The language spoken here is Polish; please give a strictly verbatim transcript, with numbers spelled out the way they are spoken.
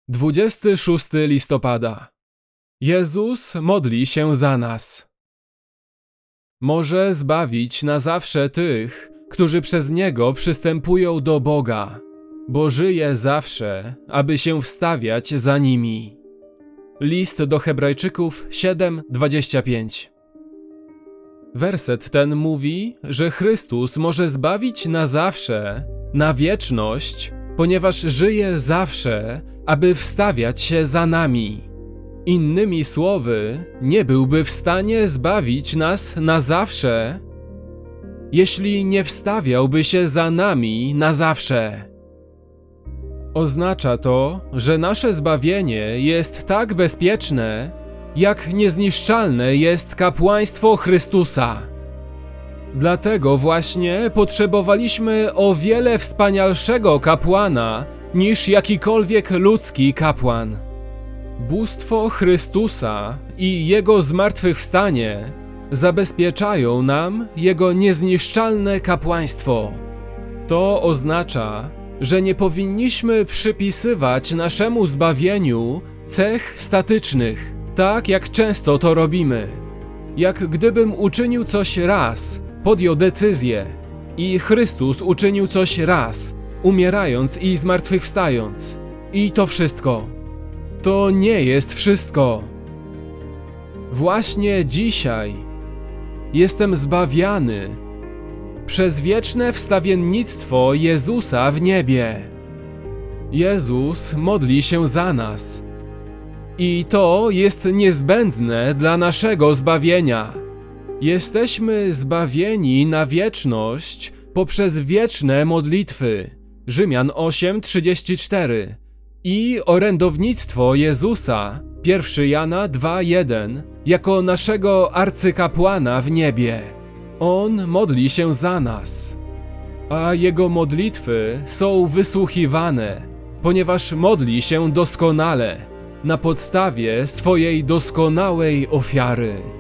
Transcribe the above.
dwudziestego szóstego listopada. Jezus modli się za nas. Może zbawić na zawsze tych, którzy przez Niego przystępują do Boga, bo żyje zawsze, aby się wstawiać za nimi. List do Hebrajczyków siedem, dwadzieścia pięć. Werset ten mówi, że Chrystus może zbawić na zawsze, na wieczność, ponieważ żyje zawsze, aby wstawiać się za nami. Innymi słowy, nie byłby w stanie zbawić nas na zawsze, jeśli nie wstawiałby się za nami na zawsze. Oznacza to, że nasze zbawienie jest tak bezpieczne, jak niezniszczalne jest kapłaństwo Chrystusa. Dlatego właśnie potrzebowaliśmy o wiele wspanialszego kapłana niż jakikolwiek ludzki kapłan. Bóstwo Chrystusa i Jego zmartwychwstanie zabezpieczają nam Jego niezniszczalne kapłaństwo. To oznacza, że nie powinniśmy przypisywać naszemu zbawieniu cech statycznych, tak jak często to robimy. Jak gdybym uczynił coś raz, podjął decyzję i Chrystus uczynił coś raz, umierając i zmartwychwstając. I to wszystko. To nie jest wszystko. Właśnie dzisiaj jestem zbawiany przez wieczne wstawiennictwo Jezusa w niebie. Jezus modli się za nas. I to jest niezbędne dla naszego zbawienia. Jesteśmy zbawieni na wieczność poprzez wieczne modlitwy. Rzymian osiem, trzydzieści cztery. I orędownictwo Jezusa, pierwszy Jana dwa, jeden, jako naszego arcykapłana w niebie. On modli się za nas, a Jego modlitwy są wysłuchiwane, ponieważ modli się doskonale, na podstawie swojej doskonałej ofiary.